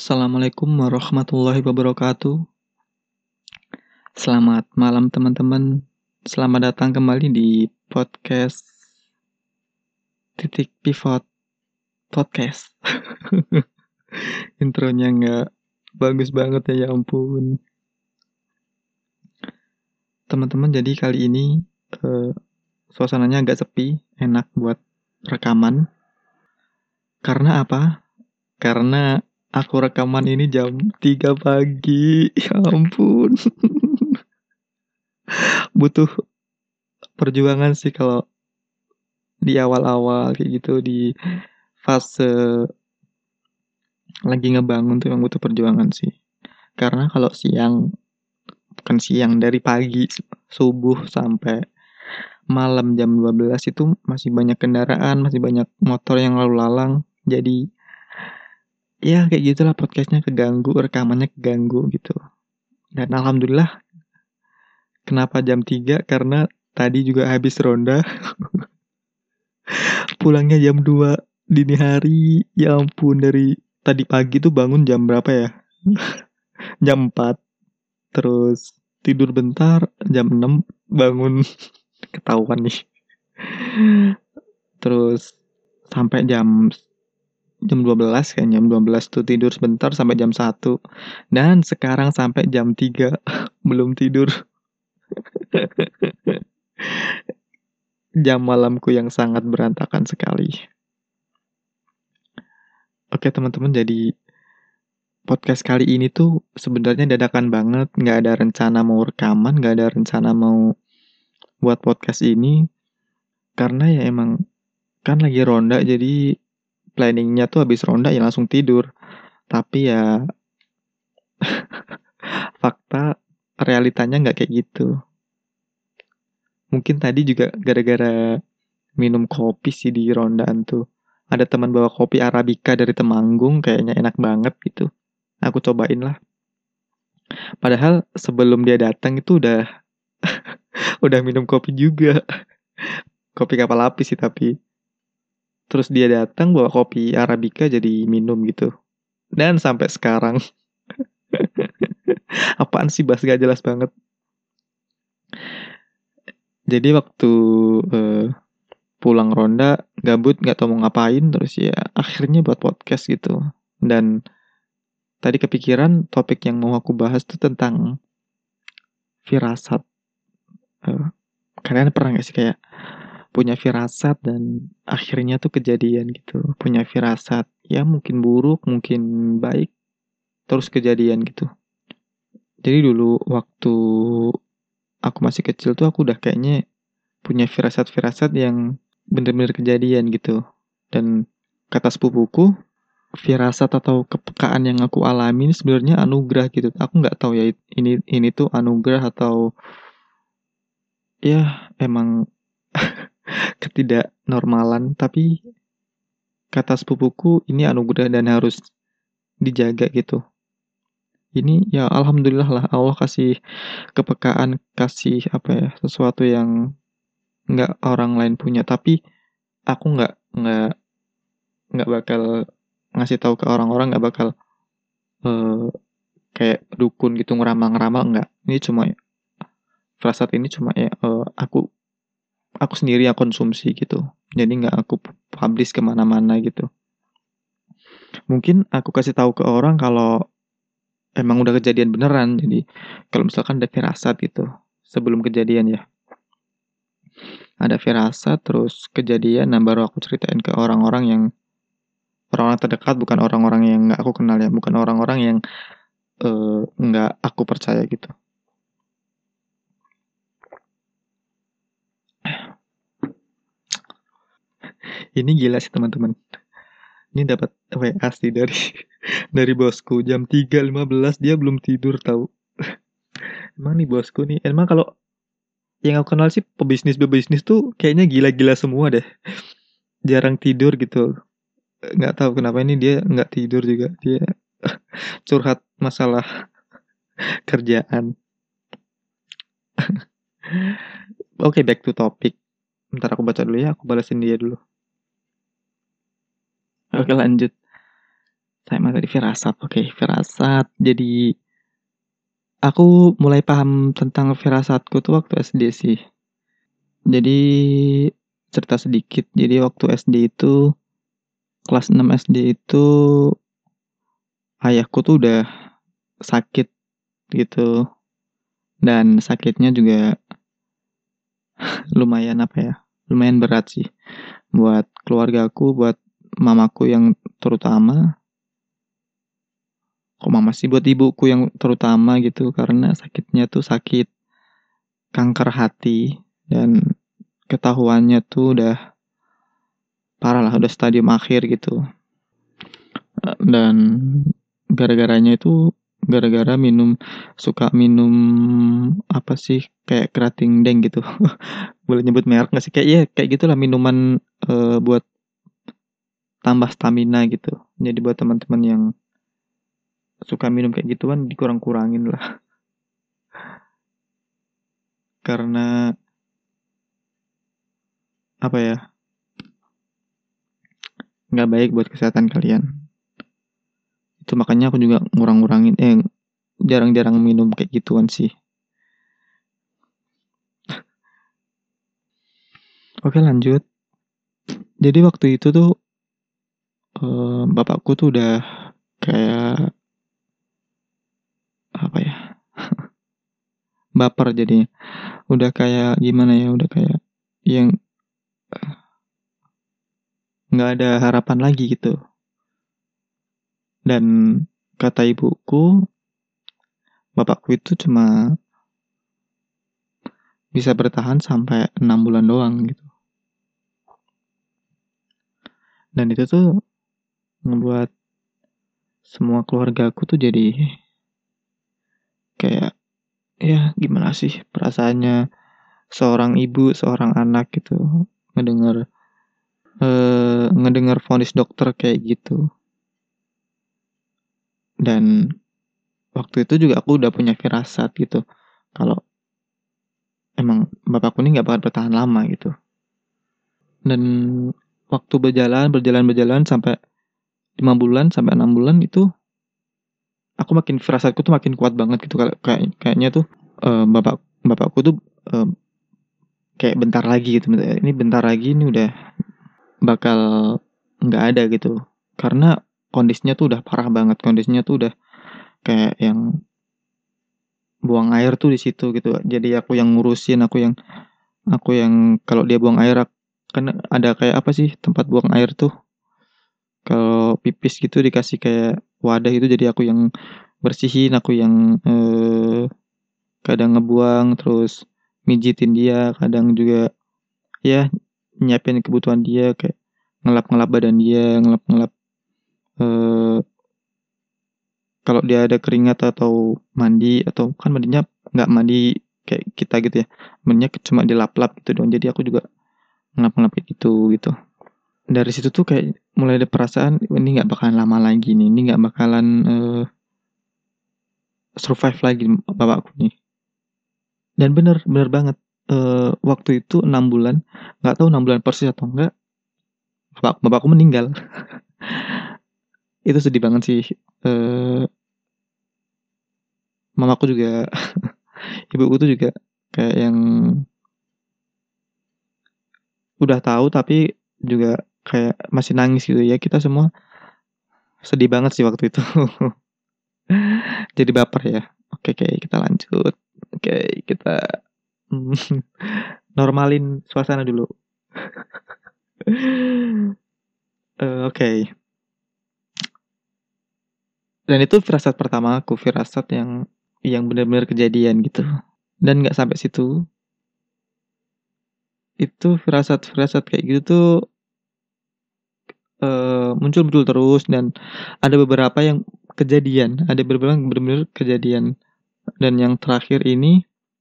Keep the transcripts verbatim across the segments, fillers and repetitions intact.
Assalamualaikum warahmatullahi wabarakatuh. Selamat malam teman-teman. Selamat datang kembali di podcast Titik Pivot Podcast. Intronya nggak bagus banget ya, ya ampun. Teman-teman, jadi kali ini eh, suasananya agak sepi, enak buat rekaman. Karena apa? Karena aku rekaman ini jam tiga pagi. Ya ampun. Butuh perjuangan sih kalau di awal-awal kayak gitu, di fase lagi ngebangun tuh yang butuh perjuangan sih. Karena kalau siang, bukan siang, dari pagi subuh sampai malam jam dua belas itu masih banyak kendaraan, masih banyak motor yang lalu lalang. Jadi ya kayak gitulah, podcastnya keganggu, rekamannya keganggu gitu. Dan alhamdulillah, kenapa jam tiga? Karena tadi juga habis ronda. Pulangnya jam dua dini hari. Ya ampun, dari tadi pagi tuh bangun jam berapa ya? Jam empat. Terus tidur bentar, jam enam bangun. Ketahuan nih. Terus sampai jam jam dua belas kan, jam dua belas tuh tidur sebentar sampai jam satu. Dan sekarang sampai jam tiga belum tidur. Jam malamku yang sangat berantakan sekali. Oke teman-teman, jadi podcast kali ini tuh sebenarnya dadakan banget, nggak ada rencana mau rekaman, nggak ada rencana mau buat podcast ini, karena ya emang kan lagi ronda, jadi planningnya tuh habis ronda ya langsung tidur. Tapi ya fakta realitanya nggak kayak gitu. Mungkin tadi juga gara-gara minum kopi sih di rondaan tuh. Ada teman bawa kopi Arabica dari Temanggung, kayaknya enak banget gitu. Aku cobain lah. Padahal sebelum dia datang itu udah udah minum kopi juga. Kopi kapal api sih tapi. Terus dia datang bawa kopi Arabica jadi minum gitu. Dan sampai sekarang. Apaan sih, bahas gak jelas banget. Jadi waktu uh, pulang ronda, gabut gak tau mau ngapain, terus ya akhirnya buat podcast gitu. Dan tadi kepikiran topik yang mau aku bahas tuh tentang firasat. Uh, kalian pernah gak sih kayak punya firasat dan akhirnya tuh kejadian gitu. Punya firasat, ya mungkin buruk, mungkin baik, terus kejadian gitu. Jadi dulu waktu aku masih kecil tuh aku udah kayaknya punya firasat-firasat yang bener-bener kejadian gitu. Dan kata sepupuku, firasat atau kepekaan yang aku alami ini sebenarnya anugerah gitu. Aku nggak tahu ya ini ini tuh anugerah atau ya emang ketidaknormalan. Tapi kata sepupuku ini anugerah dan harus dijaga gitu. Ini ya alhamdulillah lah, Allah kasih kepekaan, kasih apa ya, sesuatu yang nggak orang lain punya. Tapi aku nggak nggak nggak bakal ngasih tahu ke orang-orang, nggak bakal uh, kayak dukun gitu ngeramal-ngeramal, nggak. Ini cuma firasat ini cuma ya uh, aku aku sendiri yang konsumsi gitu. Jadi nggak aku publish kemana-mana gitu. Mungkin aku kasih tahu ke orang kalau emang udah kejadian beneran. Jadi kalau misalkan ada firasat gitu sebelum kejadian ya. Ada firasat terus kejadian, nah baru aku ceritain ke orang-orang yang orang-orang terdekat, bukan orang-orang yang nggak aku kenal ya, bukan orang-orang yang uh, nggak aku percaya gitu. Ini gila sih teman-teman. Ini dapat W A sih dari dari bosku jam tiga lima belas dia belum tidur tahu. Emang nih bosku nih, emang kalau yang aku kenal sih pebisnis-pebisnis tuh kayaknya gila-gila semua deh. Jarang tidur gitu. Nggak tahu kenapa ini dia nggak tidur juga. Dia curhat masalah kerjaan. Oke, okay, back to topic. Ntar aku baca dulu ya, aku balasin dia dulu. Oke, lanjut. Tema tadi firasat, oke firasat. Jadi aku mulai paham tentang firasatku tuh waktu S D sih. Jadi cerita sedikit, jadi waktu S D itu kelas enam S D itu ayahku tuh udah sakit gitu. Dan sakitnya juga lumayan apa ya? Lumayan berat sih buat keluargaku, buat mamaku yang terutama. Kok mama sih, buat ibuku yang terutama gitu, karena sakitnya tuh sakit kanker hati dan ketahuannya tuh udah parah lah, udah stadium akhir gitu. Dan gara-garanya itu gara-gara minum suka minum apa sih kayak kerating deng gitu. Boleh nyebut merek nggak sih? Kayak ya kayak gitulah minuman uh, buat tambah stamina gitu. Jadi buat teman-teman yang suka minum kayak gituan dikurang-kurangin lah. Karena apa ya? Nggak baik buat kesehatan kalian. Itu makanya aku juga ngurang-ngurangin eh jarang-jarang minum kayak gituan sih. Oke lanjut. Jadi waktu itu tuh eh, bapakku tuh udah kayak apa ya? Baper jadinya. Udah kayak gimana ya? Udah kayak yang nggak ada harapan lagi gitu. Dan kata ibuku, bapakku itu cuma bisa bertahan sampai enam bulan doang gitu. Dan itu tuh ngebuat semua keluarga aku tuh jadi kayak ya gimana sih perasaannya seorang ibu, seorang anak gitu ngedengar eh, ngedengar vonis dokter kayak gitu. Dan waktu itu juga aku udah punya firasat gitu kalau emang bapakku ini nggak bakal bertahan lama gitu. Dan waktu berjalan berjalan berjalan sampai lima bulan sampai enam bulan itu aku makin firasatku tuh makin kuat banget gitu, kayak kayaknya tuh uh, bapak bapakku tuh uh, kayak bentar lagi gitu, ini bentar lagi ini udah bakal nggak ada gitu, karena kondisinya tuh udah parah banget, kondisinya tuh udah kayak yang buang air tuh di situ gitu. Jadi aku yang ngurusin, aku yang aku yang kalau dia buang air kan ada kayak apa sih tempat buang air tuh, kalau pipis gitu dikasih kayak wadah itu, jadi aku yang bersihin, aku yang eh, kadang ngebuang, terus mijitin dia, kadang juga ya nyiapin kebutuhan dia, kayak ngelap-ngelap badan dia, ngelap-ngelap eh, kalau dia ada keringat atau mandi, atau kan mandinya nggak mandi kayak kita gitu ya, mandinya cuma dilap-lap gitu doang, jadi aku juga ngelap-ngelap kayak gitu gitu. Dari situ tuh kayak mulai ada perasaan ini nggak bakalan lama lagi nih, ini nggak bakalan uh, survive lagi bapakku nih. Dan bener bener banget, uh, waktu itu enam bulan, nggak tahu enam bulan persis atau enggak, bapak bapakku meninggal. Itu sedih banget sih. uh, Mamaku juga ibuku tuh juga kayak yang udah tahu tapi juga kayak masih nangis gitu ya, kita semua sedih banget sih waktu itu. Jadi baper ya. Oke, oke, kita lanjut. Oke, kita normalin suasana dulu. uh, Oke. Okay. Dan itu firasat pertama aku, firasat yang yang benar-benar kejadian gitu. Dan nggak sampai situ. Itu firasat-firasat kayak gitu tuh uh, muncul-muncul terus, dan ada beberapa yang kejadian, ada beberapa yang benar-benar kejadian. Dan yang terakhir ini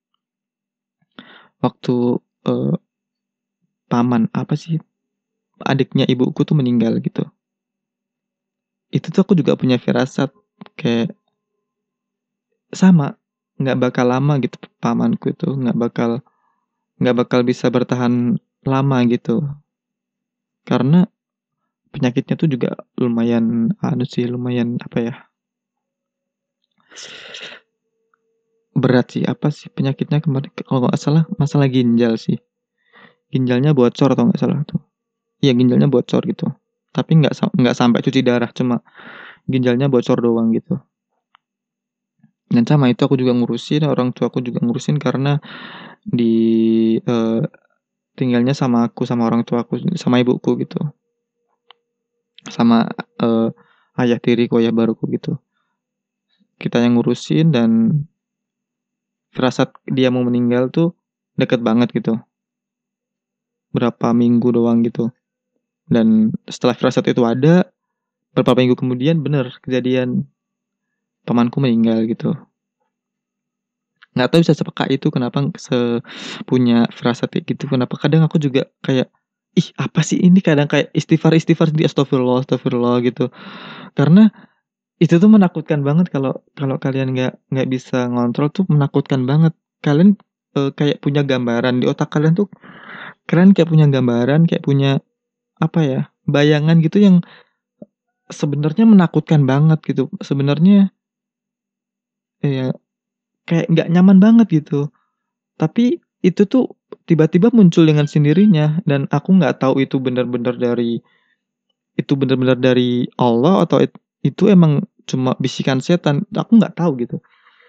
waktu uh, paman apa sih, adiknya ibuku tuh meninggal gitu. Itu tuh aku juga punya firasat kayak sama, nggak bakal lama gitu, pamanku itu nggak bakal nggak bakal bisa bertahan lama gitu, karena penyakitnya tuh juga lumayan anu sih, lumayan apa ya, berat sih. Apa sih penyakitnya kemarin, kalau nggak salah masalah ginjal sih. Ginjalnya bocor atau nggak salah tuh. Iya, ginjalnya bocor gitu. Tapi nggak nggak sampai cuci darah, cuma ginjalnya bocor doang gitu. Dan sama itu aku juga ngurusin, orang tua aku juga ngurusin karena di uh, tinggalnya sama aku, sama orang tua aku, sama ibuku gitu, sama uh, ayah tiriku, ayah baruku gitu. Kita yang ngurusin, dan firasat dia mau meninggal tuh deket banget gitu, berapa minggu doang gitu. Dan setelah firasat itu ada, beberapa minggu kemudian bener kejadian pamanku meninggal gitu. Nggak tahu bisa sepeka itu, kenapa se punya firasat kayak gitu. Kenapa kadang aku juga kayak, ih apa sih ini, kadang kayak istighfar-istighfar di astagfirullah, astagfirullah gitu. Karena itu tuh menakutkan banget, kalau kalau kalian nggak nggak bisa ngontrol tuh menakutkan banget. Kalian e, kayak punya gambaran di otak kalian tuh, kalian kayak punya gambaran, kayak punya apa ya, bayangan gitu yang sebenarnya menakutkan banget gitu. Sebenarnya ya kayak nggak nyaman banget gitu. Tapi itu tuh tiba-tiba muncul dengan sendirinya, dan aku nggak tahu itu benar-benar dari itu benar-benar dari Allah atau it, itu emang cuma bisikan setan. Aku nggak tahu gitu.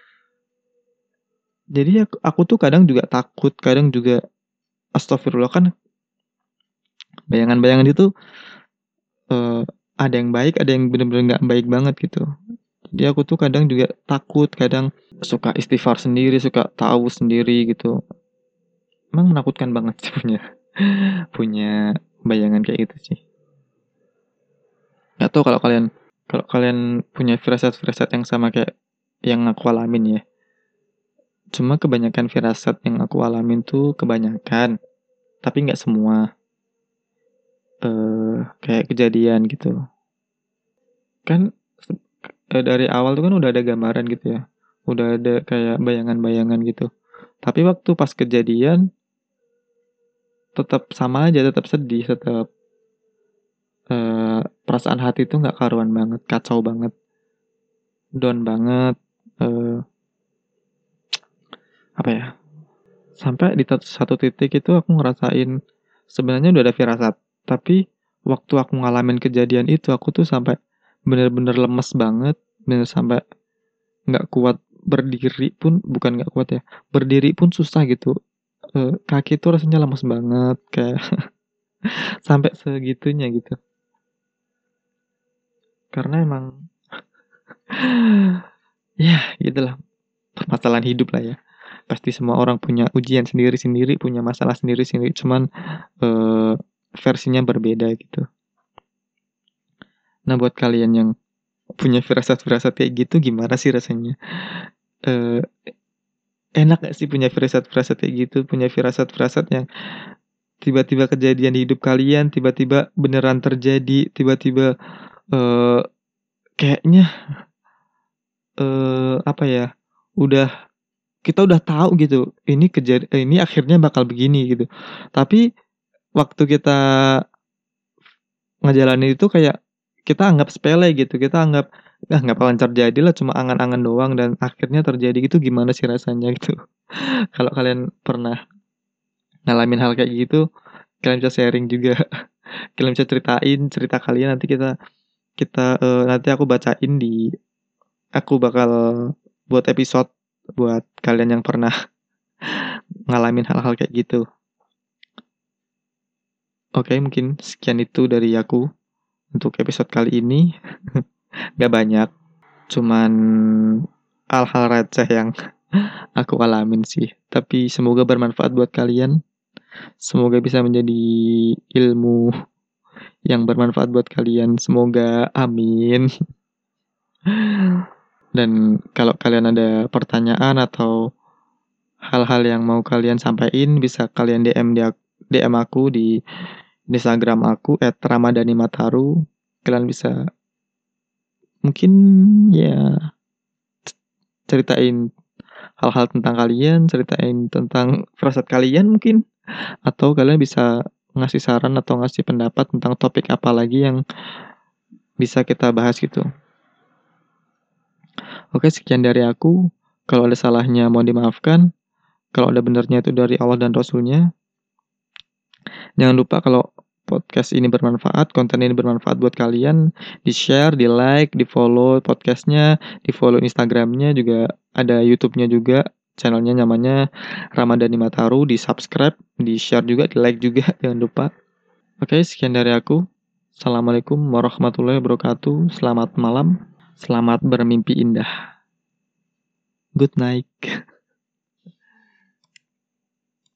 Jadi aku, aku tuh kadang juga takut, kadang juga astagfirullah, kan bayangan-bayangan itu uh, ada yang baik, ada yang benar-benar nggak baik banget gitu. Jadi aku tuh kadang juga takut, kadang suka istighfar sendiri, suka tahu sendiri gitu. Emang menakutkan banget sih punya punya bayangan kayak gitu sih. Nggak tahu kalau kalian kalau kalian punya firasat-firasat yang sama kayak yang aku alamin ya. Cuma kebanyakan firasat yang aku alamin tuh kebanyakan, tapi nggak semua eh kayak kejadian gitu. Kan eh, dari awal tuh kan udah ada gambaran gitu ya. Udah ada kayak bayangan-bayangan gitu. Tapi waktu pas kejadian tetap sama aja, tetap sedih, tetap eh, perasaan hati tuh nggak karuan banget, kacau banget, down banget. Eh, apa ya? Sampai di satu titik itu aku ngerasain sebenarnya udah ada firasat, tapi waktu aku ngalamin kejadian itu aku tuh sampai bener-bener lemes banget, bener sampai nggak kuat berdiri pun, bukan nggak kuat ya, berdiri pun susah gitu. E, kaki tuh rasanya lemes banget, kayak sampai segitunya gitu. Karena emang ya gitulah, permasalahan hidup lah ya. Pasti semua orang punya ujian sendiri-sendiri, punya masalah sendiri-sendiri, cuman eh, versinya berbeda gitu. Nah, buat kalian yang punya firasat-firasat kayak gitu, gimana sih rasanya? Eh, enak gak sih punya firasat-firasat kayak gitu? Punya firasat-firasat yang tiba-tiba kejadian di hidup kalian, tiba-tiba beneran terjadi, tiba-tiba eh, kayaknya eh, apa ya? Udah kita udah tahu gitu, ini kejadian, ini akhirnya bakal begini gitu. Tapi waktu kita ngejalanin itu kayak kita anggap sepele gitu, kita anggap ah nggak bakalan terjadi lah, cuma angan-angan doang, dan akhirnya terjadi gitu. Gimana sih rasanya gitu? Kalau kalian pernah ngalamin hal kayak gitu, kalian bisa sharing juga. Kalian bisa ceritain cerita kalian, nanti kita kita uh, nanti aku bacain di aku bakal buat episode buat kalian yang pernah ngalamin hal-hal kayak gitu. Oke, mungkin sekian itu dari aku untuk episode kali ini. Gak banyak, cuman hal-hal receh yang aku alamin sih. Tapi semoga bermanfaat buat kalian. Semoga bisa menjadi ilmu yang bermanfaat buat kalian. Semoga, amin. Dan kalau kalian ada pertanyaan atau hal-hal yang mau kalian sampaikan, bisa kalian D M di D M aku di Instagram aku et ramadhanimataru. Kalian bisa mungkin ya ceritain hal-hal tentang kalian, ceritain tentang firasat kalian mungkin, atau kalian bisa ngasih saran atau ngasih pendapat tentang topik apa lagi yang bisa kita bahas gitu. Oke, sekian dari aku. Kalau ada salahnya mohon dimaafkan. Kalau ada benernya itu dari Allah dan Rasulnya. Jangan lupa kalau podcast ini bermanfaat, konten ini bermanfaat buat kalian, di-share, di-like, di-follow podcastnya, di-follow Instagramnya juga, ada YouTube-nya juga, channelnya namanya Ramadhani Mataru, di-subscribe, di-share juga, di-like juga, jangan lupa. Oke, sekian dari aku. Assalamualaikum warahmatullahi wabarakatuh. Selamat malam, selamat bermimpi indah. Good night.